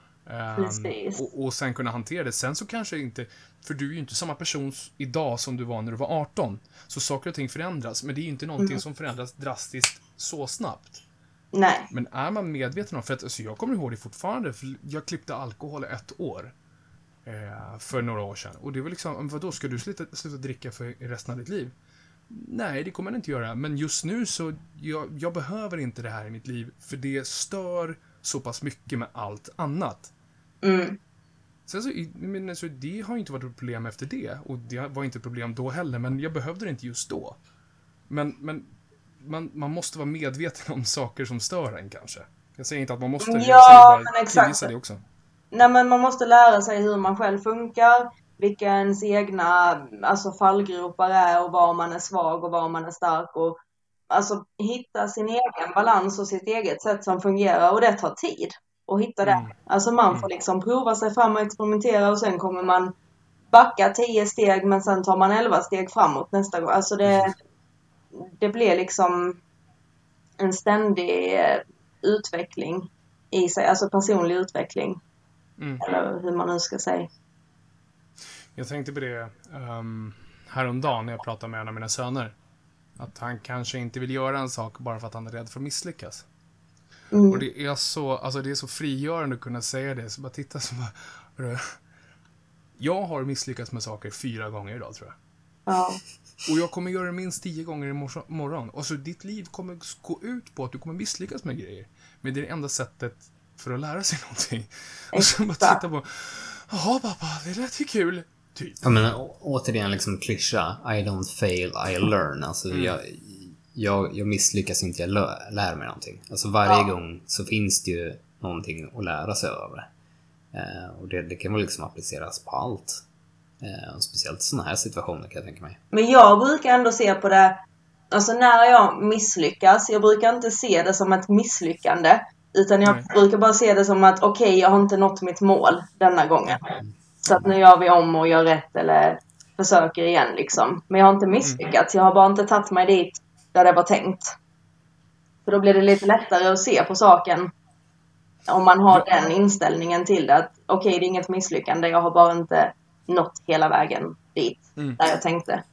Och sen kunna hantera det. Sen så kanske inte, för du är ju inte samma person idag som du var när du var 18. Så saker och ting förändras, men det är ju inte någonting som förändras drastiskt så snabbt. Nej. Men är man medveten om, för att alltså, jag kommer ihåg det fortfarande, för jag klippte alkohol 1 år för några år sedan. Och det var liksom, vadå, ska du sluta dricka för resten av ditt liv? Nej, det kommer man inte göra. Men just nu så jag behöver inte det här i mitt liv, för det stör så pass mycket med allt annat. Sen så det har ju inte varit ett problem efter det. Och det var inte ett problem då heller. Men jag behövde det inte just då. Men man måste vara medveten om saker som stör en kanske. Jag säger inte att man måste. Ja, men exakt. Det också. Nej, men man måste lära sig hur man själv funkar. Vilka ens egna alltså fallgropar är och var man är svag och var man är stark. Och alltså hitta sin egen balans och sitt eget sätt som fungerar. Och det tar tid att hitta det. Alltså man får liksom prova sig fram och experimentera. Och sen kommer man backa 10 steg, men sen tar man 11 steg framåt nästa gång. Alltså det blir liksom en ständig utveckling i sig. Alltså personlig utveckling. Eller hur man nu ska säga. Jag tänkte på det häromdagen när jag pratade med en av mina söner. Att han kanske inte vill göra en sak bara för att han är rädd för att misslyckas. Och det är så frigörande att kunna säga det. Så bara titta så bara, jag har misslyckats med saker 4 gånger idag, tror jag. Ja. Och jag kommer göra det minst 10 gånger imorgon. Och så ditt liv kommer gå ut på att du kommer misslyckas med grejer. Men det är det enda sättet för att lära sig någonting. Och så bara titta på, jaha pappa, det lät ju kul. Typ. Ja, men återigen liksom klyscha. I don't fail, I learn. Alltså jag misslyckas inte, jag lär mig någonting. Alltså varje gång så finns det ju någonting att lära sig över. Och det kan väl liksom appliceras på allt. Och speciellt i sådana här situationer kan jag tänka mig. Men jag brukar ändå se på det, alltså när jag misslyckas, jag brukar inte se det som ett misslyckande. Utan jag brukar bara se det som att okej, jag har inte nått mitt mål denna gången. Så att nu gör vi om och gör rätt eller försöker igen liksom. Men jag har inte misslyckats, jag har bara inte tagit mig dit där det var tänkt. För då blir det lite lättare att se på saken. Om man har den inställningen till det. Att okej, det är inget misslyckande, jag har bara inte nått hela vägen dit där jag tänkte.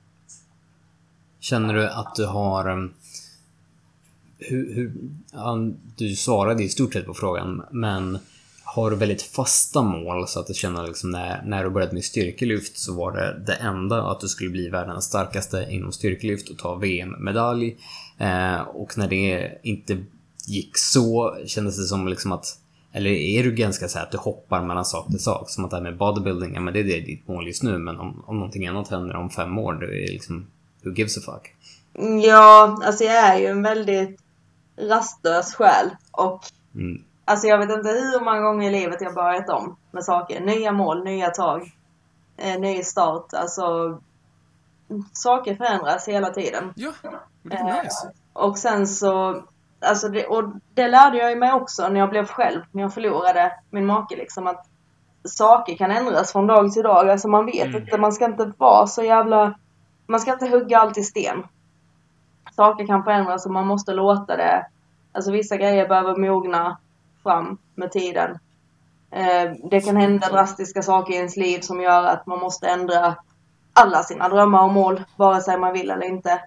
Känner du att du har... du svarade i stort sett på frågan, men har du väldigt fasta mål, så att du känner liksom när du började med styrkelyft så var det enda att du skulle bli världens starkaste inom styrkelyft och ta VM-medalj. Och när det inte gick så kändes det som liksom att, eller är du ganska så här att du hoppar mellan sak till sak, som att det här med bodybuilding, ja men det är ditt mål just nu, men om någonting annat händer om 5 år, då är det liksom, who gives a fuck? Ja, alltså jag är ju en väldigt rastlös själ och alltså jag vet inte hur många gånger i livet jag börjat om med saker. Nya mål, nya tag, ny start. Alltså saker förändras hela tiden. Ja, men det är nice. Och sen så, alltså det lärde jag mig också när jag blev själv, när jag förlorade min make liksom, att saker kan ändras från dag till dag. Alltså man vet inte, man ska inte vara så jävla, man ska inte hugga allt i sten. Saker kan förändras och man måste låta det, alltså vissa grejer behöver mogna fram med tiden. Det kan hända drastiska saker i ens liv som gör att man måste ändra alla sina drömmar och mål, vare sig man vill eller inte.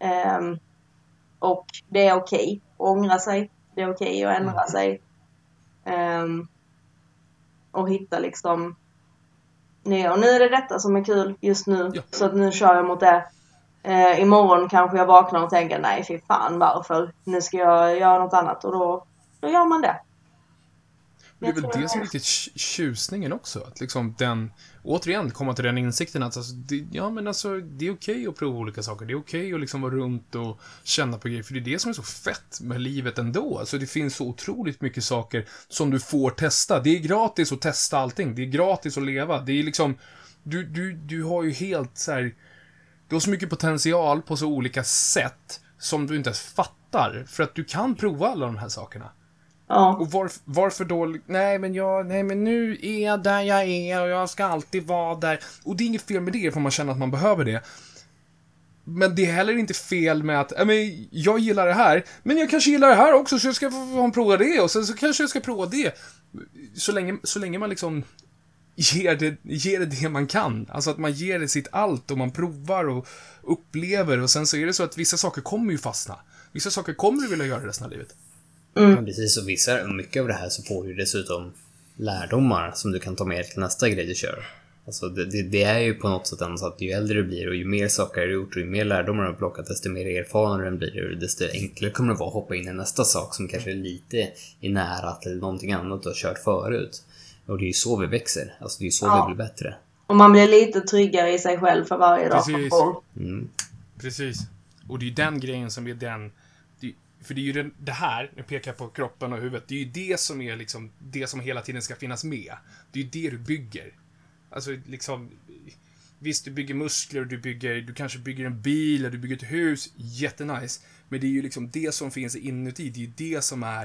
Och det är okej att ångra sig. Det är okej att ändra sig. Och hitta liksom nya. Och nu är det detta som är kul just nu. Ja. Så att nu kör jag mot det. Imorgon kanske jag vaknar och tänker, nej fy fan, varför? Nu ska jag göra något annat. Och då gör man det. Det är väl det som är riktigt tjusningen också. Att liksom återigen komma till den insikten att alltså, det är okej att prova olika saker. Det är okej att liksom vara runt och känna på grejer. För det är det som är så fett med livet ändå. Alltså det finns så otroligt mycket saker som du får testa. Det är gratis att testa allting. Det är gratis att leva. Det är liksom, du har ju helt så här, du har så mycket potential på så olika sätt som du inte ens fattar. För att du kan prova alla de här sakerna. Ja. Och varför då? Nej men nu är jag där jag är och jag ska alltid vara där. Och det är inget fel med det, för man känner att man behöver det. Men det är heller inte fel med att jag gillar det här, men jag kanske gillar det här också, så jag ska få prova det, och sen så kanske jag ska prova det. Så länge man liksom ger det man kan. Alltså att man ger det sitt allt och man provar och upplever. Och sen så är det så att vissa saker kommer ju fastna. Vissa saker kommer du vilja göra resten av livet. Ja, precis, och mycket av det här så får du dessutom lärdomar som du kan ta med till nästa grej du kör. Alltså det är ju på något sätt ändå så att ju äldre du blir och ju mer saker du gjort och ju mer lärdomar du har plockat, desto mer erfaren du blir och desto enklare kommer det vara att hoppa in i nästa sak som kanske är lite i nära till någonting annat du har kört förut. Och det är ju så vi växer, alltså det är ju så vi blir bättre. Och man blir lite tryggare i sig själv för varje dag. Precis. Och det är ju den grejen som är den. För det är ju det här, nu pekar jag på kroppen och huvudet, det är ju det som är liksom det som hela tiden ska finnas med. Det är ju det du bygger. Alltså liksom, visst du bygger muskler och du kanske bygger en bil eller du bygger ett hus, jättenice. Men det är ju liksom det som finns inuti, det är ju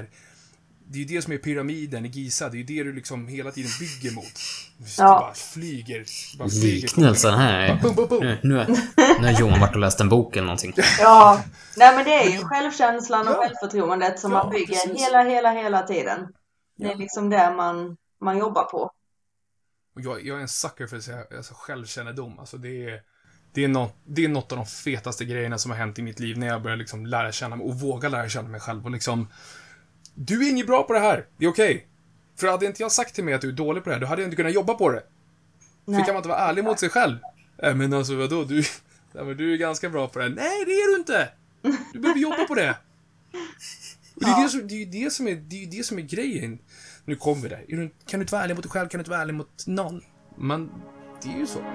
det som är pyramiden i Giza. Det är ju det du liksom hela tiden bygger mot. Du bara flyger. Liknelsen här. Nu har Johan varit och läst en bok eller någonting. Ja, nej men det är ju självkänslan och självförtroendet som man bygger hela tiden. Det är liksom det man jobbar på. Och jag är en sucker för att säga alltså, självkännedom. Alltså det är något av de fetaste grejerna som har hänt i mitt liv när jag börjar liksom lära känna mig och våga lära känna mig själv och liksom, du är inget bra på det här, det är okej. För hade inte jag sagt till mig att du är dålig på det här, då hade jag inte kunnat jobba på det. För kan man inte vara ärlig mot sig själv? Men alltså vadå, du är ganska bra på det här. Nej, det är du inte. Du behöver jobba på det. Och det är ju det som är grejen. Nu kommer vi där. Kan du inte vara ärlig mot dig själv, kan du inte vara ärlig mot någon? Men det är ju så.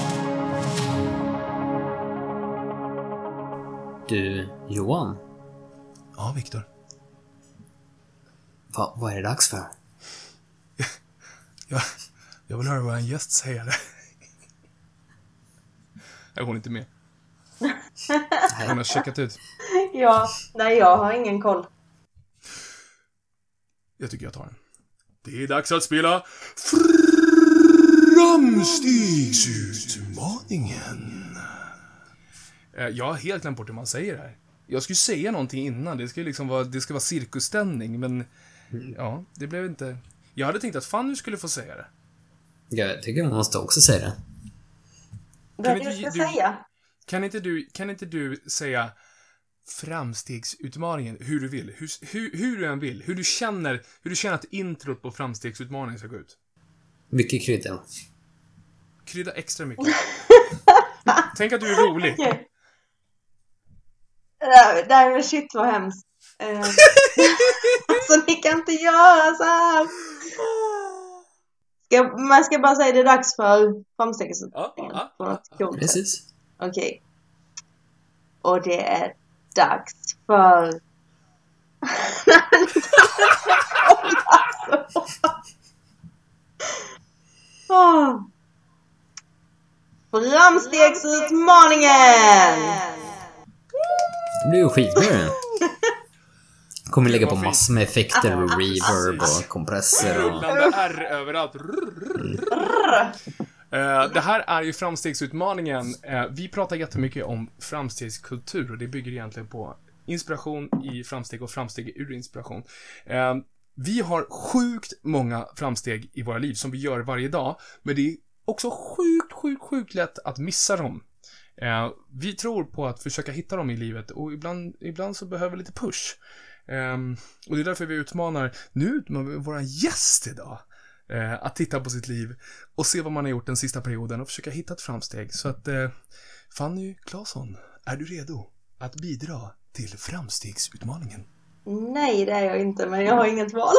Du, Johan. Ja, Viktor. Vad är det dags för? Jag vill höra vad en gäst säger. Jag går inte med. Hon har checkat ut. Ja, nej jag har ingen koll. Jag tycker jag tar den. Det är dags att spela Framstegsutmaningen. Jag har helt glömt bort hur man säger det här. Jag skulle säga någonting innan. Det ska vara cirkusstämning. Men ja, det blev inte. Jag hade tänkt att Fanny skulle få säga det. Jag tycker man måste också säga det. Vad du ska säga? Kan inte du säga framstegsutmaningen hur du vill. Hur du än vill. Hur du känner att introt på framstegsutmaningen ska gå ut. Mycket krydda. Krydda extra mycket. Tänk att du är rolig. Okej. Nej men shit vad hemskt. Alltså ni kan inte göra så här. Man ska bara säga det är dags för framstegsutmaningen. Precis. Okej. Och det är dags för... Framstegsutmaningen! Det blir ju skitbra. Kommer lägga på massor med effekter och reverb och kompressor och... Rullande R överallt. Det här är ju framstegsutmaningen. Vi pratar jättemycket om framstegskultur och det bygger egentligen på inspiration i framsteg och framsteg ur inspiration. Vi har sjukt många framsteg i våra liv som vi gör varje dag, men det är också sjukt lätt att missa dem. Vi tror på att försöka hitta dem i livet och ibland så behöver vi lite push. Och det är därför vi utmanar våra gäst idag att titta på sitt liv och se vad man har gjort den sista perioden och försöka hitta ett framsteg. Så att Fanny Claesson, är du redo att bidra till framstegsutmaningen? Nej, det är jag inte, men jag har inget val.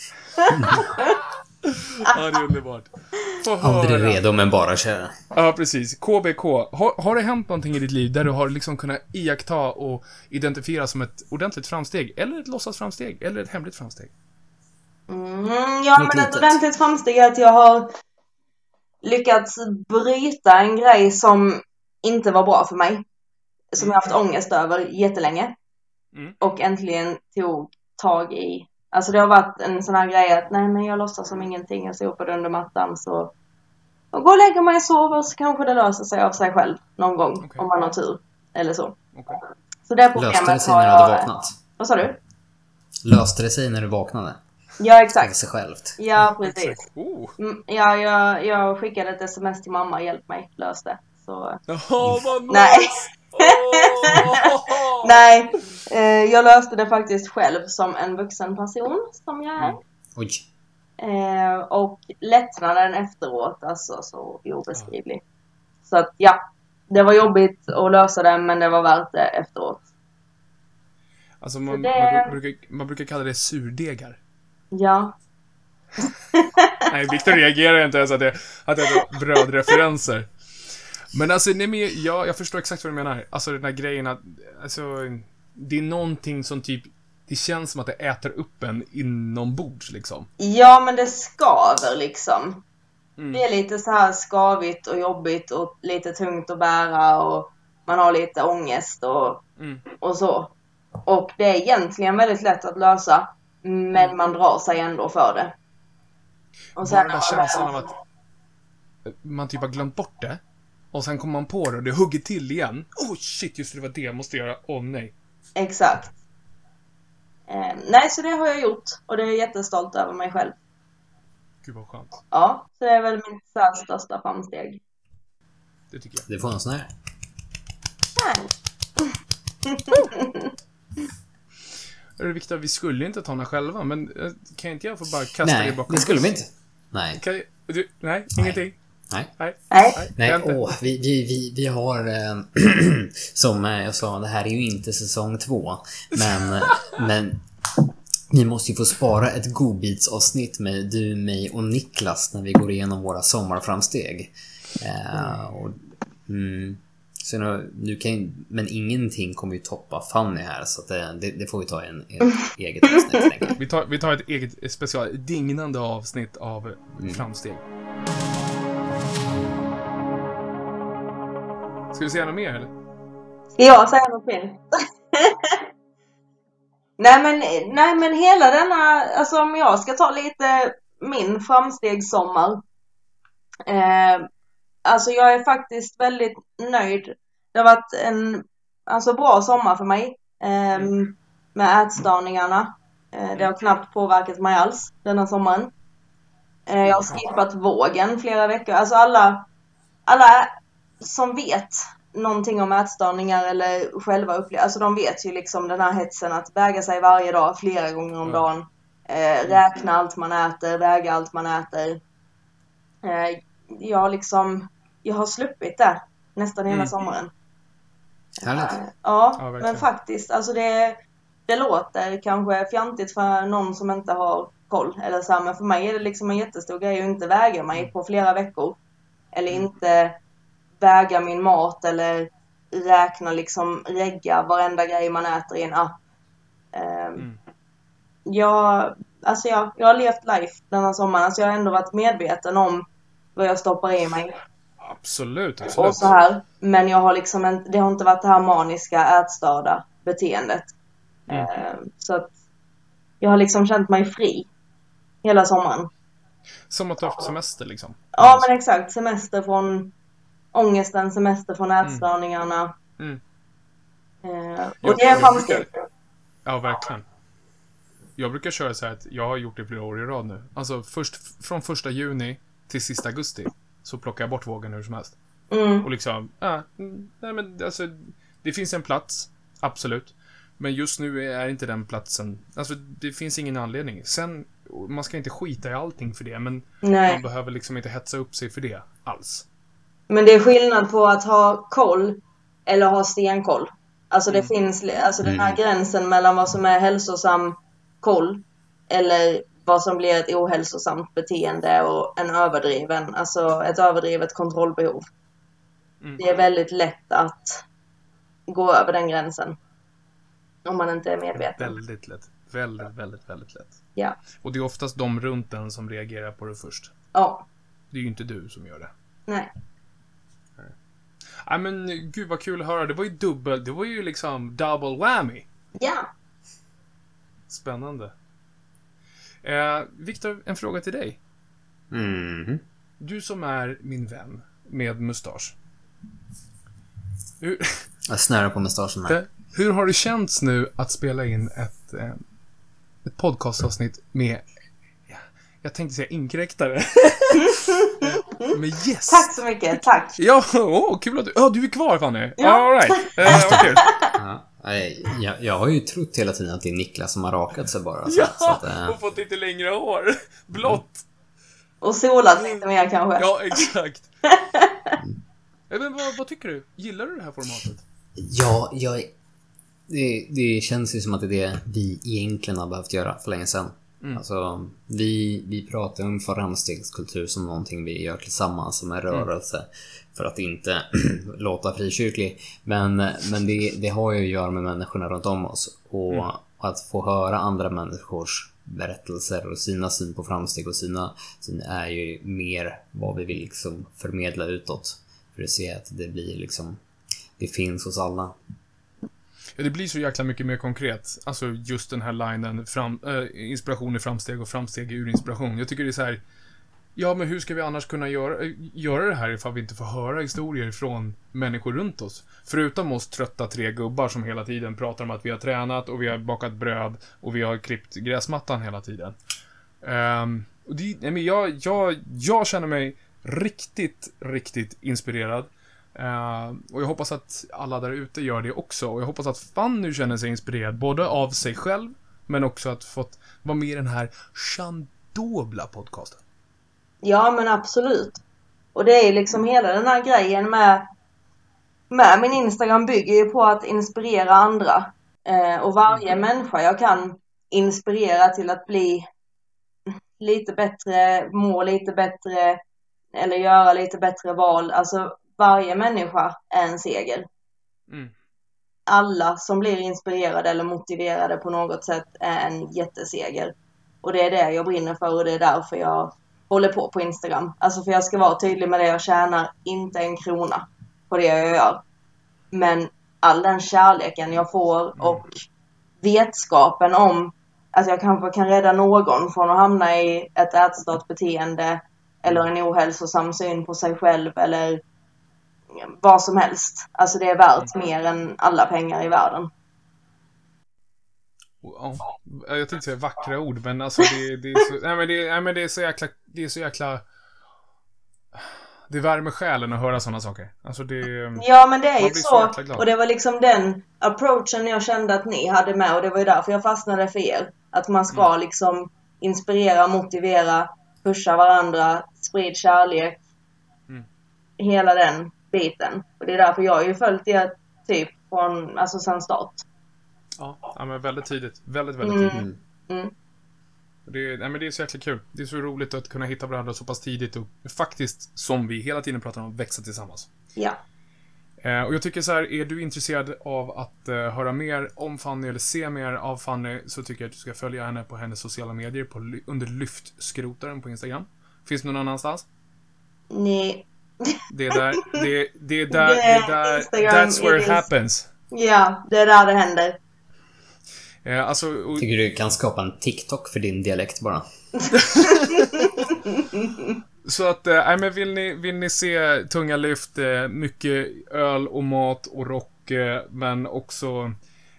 Ja, det är underbart. Aldrig redo, men bara köra. Ja, precis. KBK. Har det hänt någonting i ditt liv där du har liksom kunnat iaktta och identifiera som ett ordentligt framsteg? Eller ett låtsasframsteg? Eller ett hemligt framsteg? Ja, men ett ordentligt framsteg är att jag har lyckats bryta en grej som inte var bra för mig. Som jag haft ångest över jättelänge. Och äntligen tog tag i. Alltså det har varit en sån här grej att nej men jag låtsas som ingenting. Jag sopar under mattan så och går och lägger mig och sover så kanske det löser sig av sig själv någon gång. Okay. Om man har tur. Eller så. Okay. Så det problemet löste det sig när du hade vaknat? Vad sa du? Löste det sig när du vaknade? Ja, exakt. Av sig självt. Ja, precis. Ja, jag skickade ett sms till mamma, hjälp mig, lös det. Så... vad nice. Nej. Nej, jag löste det faktiskt själv som en vuxen person som jag är. Oj. Och lättnaden efteråt, alltså så obeskrivlig. Så att ja, det var jobbigt att lösa det, men det var värt det efteråt. Alltså man brukar kalla det surdegar. Ja. Nej, Victor reagerar inte ens att det är brödreferenser. Men alltså, jag förstår exakt vad du menar. Alltså den här grejen att alltså, det är någonting som typ det känns som att det äter upp en inombords liksom. Ja, men det skaver liksom. Det är lite så här skavigt och jobbigt och lite tungt att bära och man har lite ångest och så. Och det är egentligen väldigt lätt att lösa, men man drar sig ändå för det. Och sen bara känslan av att man typ har glömt bort det. Och sen kommer man på det och det hugger till igen. Shit, just det var det jag måste göra. Nej. Exakt. Nej, så det har jag gjort. Och det är jag jättestolt över mig själv. Gud vad skönt. Ja, så det är väl mitt största framsteg. Det tycker jag. Det får en sån här. Thanks. Victor, vi skulle inte ta den själva. Men kan inte jag få bara kasta det bakom? Nej, det skulle vi inte. Nej. Nej, ingenting. Nej, vi har som jag sa, det här är ju inte säsong 2, men vi måste ju få spara ett godbitsavsnitt med du, mig och Niklas när vi går igenom våra sommarframsteg. Så nu men ingenting kommer ju toppa Fanny här, så att det får vi ta en eget avsnitt. Vi tar ett eget special dignande avsnitt av framsteg. Ska vi säga något mer eller? Ska jag säga något mer? nej men hela denna, alltså om jag ska ta lite min framstegssommar. Alltså jag är faktiskt väldigt nöjd. Det har varit en bra sommar för mig. Med ätstörningarna. Det har knappt påverkat mig alls denna sommaren. Jag har skippat vågen flera veckor. Alltså alla som vet, någonting om ätstörningar eller själva alltså de vet ju liksom den här hetsen att väga sig varje dag, flera gånger om dagen. Räkna allt man äter, väga allt man äter. Jag har sluppit det nästan hela sommaren. Härligt. Ja, men faktiskt, alltså det låter kanske fjantigt för någon som inte har koll eller så här, men för mig är det liksom en jättestor grej att inte väga mig på flera veckor. Eller inte väga min mat eller räkna regga varenda grej man äter i en app. Jag har levt life den här sommaren. Alltså jag har ändå varit medveten om vad jag stoppar i mig. Absolut. Och så här. Men jag har det har inte varit det här maniska ätstörda beteendet. Så att jag har känt mig fri hela sommaren. Som att du har haft semester liksom. Ja, men exakt. Semester från ångesten, semester från ätstörningarna. Och det är framsteg. Ja, verkligen. Jag brukar köra så här att jag har gjort det flera år i rad nu. Alltså från 1 juni till sista augusti så plockar jag bort vågen hur som helst. Och nej men alltså det finns en plats, absolut. Men just nu är inte den platsen, alltså det finns ingen anledning. Sen, man ska inte skita i allting för det, men man behöver inte hetsa upp sig för det alls. Men det är skillnad på att ha koll eller ha stenkoll. Alltså det finns den här gränsen mellan vad som är hälsosam koll eller vad som blir ett ohälsosamt beteende och ett överdrivet kontrollbehov. Det är väldigt lätt att gå över den gränsen om man inte är medveten. Väldigt lätt. Väldigt lätt. Ja. Och det är oftast de runt den som reagerar på det först. Ja. Det är ju inte du som gör det. Nej. Nej men gud vad kul att höra. Det var ju double whammy. Ja. Spännande. Viktor, en fråga till dig. Du som är min vän med mustasch. Jag snörar på mustaschen här. Hur har det känts nu att spela in ett podcastavsnitt med, jag tänkte säga inkräktare, med gäst? Tack så mycket, tack. Ja, kul att du är kvar, Fanny. Ja. All right. Okay. Jag har ju trott hela tiden att det är Niklas som har rakat sig bara. Och fått lite längre hår. Blått. Och solat lite mer kanske. Ja, exakt. Men vad tycker du? Gillar du det här formatet? Ja, det känns ju som att det är det vi egentligen har behövt göra för länge sedan. Alltså, vi pratar om framstegskultur som någonting vi gör tillsammans som en rörelse för att inte låta frikyrklig. Men det har ju att göra med människorna runt om oss. Och att få höra andra människors berättelser och sina syn på framsteg och sina är ju mer vad vi vill förmedla utåt. För att se att det blir det finns hos alla. Ja, det blir så jäkla mycket mer konkret. Alltså just den här linen inspiration i framsteg och framsteg ur inspiration. Jag tycker det är så här. Ja, men hur ska vi annars kunna göra det här ifall vi inte får höra historier från människor runt oss? Förutom oss trötta 3 gubbar som hela tiden pratar om att vi har tränat och vi har bakat bröd och vi har klippt gräsmattan hela tiden. Jag känner mig riktigt inspirerad. Och jag hoppas att alla där ute gör det också. Och jag hoppas att Fanny känner sig inspirerad både av sig själv men också att fått vara med i den här Chandobla podcasten. Ja, men absolut. Och det är hela den här grejen med min Instagram bygger ju på att inspirera andra. Och varje människa jag kan inspirera till att bli lite bättre, må lite bättre eller göra lite bättre val. Alltså varje människa är en seger. Alla som blir inspirerade eller motiverade på något sätt är en jätteseger. Och det är det jag brinner för och det är därför jag håller på Instagram. Alltså för jag ska vara tydlig med det, jag tjänar inte en krona på det jag gör. Men all den kärleken jag får och vetskapen om att jag kanske kan rädda någon från att hamna i ett ätstört beteende eller en ohälsosam syn på sig själv eller vad som helst. Alltså det är värt mer än alla pengar i världen. Ja, jag tänkte säga vackra ord, men alltså det är så, det är så jäkla det värmer själen att höra sådana saker. Alltså det... Ja, men det är man ju blir så. jäkla glad. Och det var liksom den approachen jag kände att ni hade med. Och det var ju därför jag fastnade för er. Att man ska liksom inspirera, motivera, pusha varandra, sprid kärlek. Hela den biten. Och det är därför jag har ju följt er typ från, alltså sen start. Ja, men väldigt tidigt. Väldigt tidigt. Mm. Men det är så jäkla kul. Det är så roligt att kunna hitta varandra så pass tidigt och faktiskt, som vi hela tiden pratar om, växa tillsammans. Ja. Och jag tycker så här, är du intresserad av att höra mer om Fanny eller se mer av Fanny, så tycker jag att du ska följa henne på hennes sociala medier under Lyftskrotaren på Instagram. Finns det någon annanstans? Nej. Det är där Instagram, that's where it happens. Ja, det är där det händer. Tycker du kan skapa en TikTok för din dialekt bara? Så att, men vill ni se tunga lyft, mycket öl och mat och rock, men också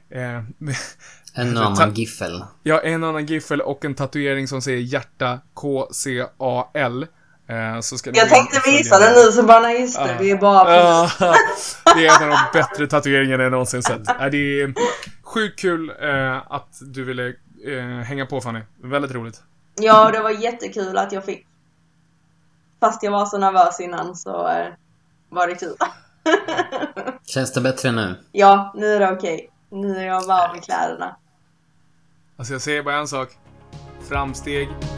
en annan giffel. Ja, en annan giffel och en tatuering som säger hjärta KCAL. Så ska jag tänkte visa den nu, så bara nej, just det, vi är bara det är en av de bättre tatueringarna jag någonsin sett. Det är sjukt kul att du ville hänga på, Fanny. Väldigt roligt. Ja, det var jättekul att jag fick. Fast jag var så nervös innan, så var det kul. Känns det bättre nu? Ja, nu är det okej. Nu är jag varm i kläderna. Alltså jag säger bara en sak. Framsteg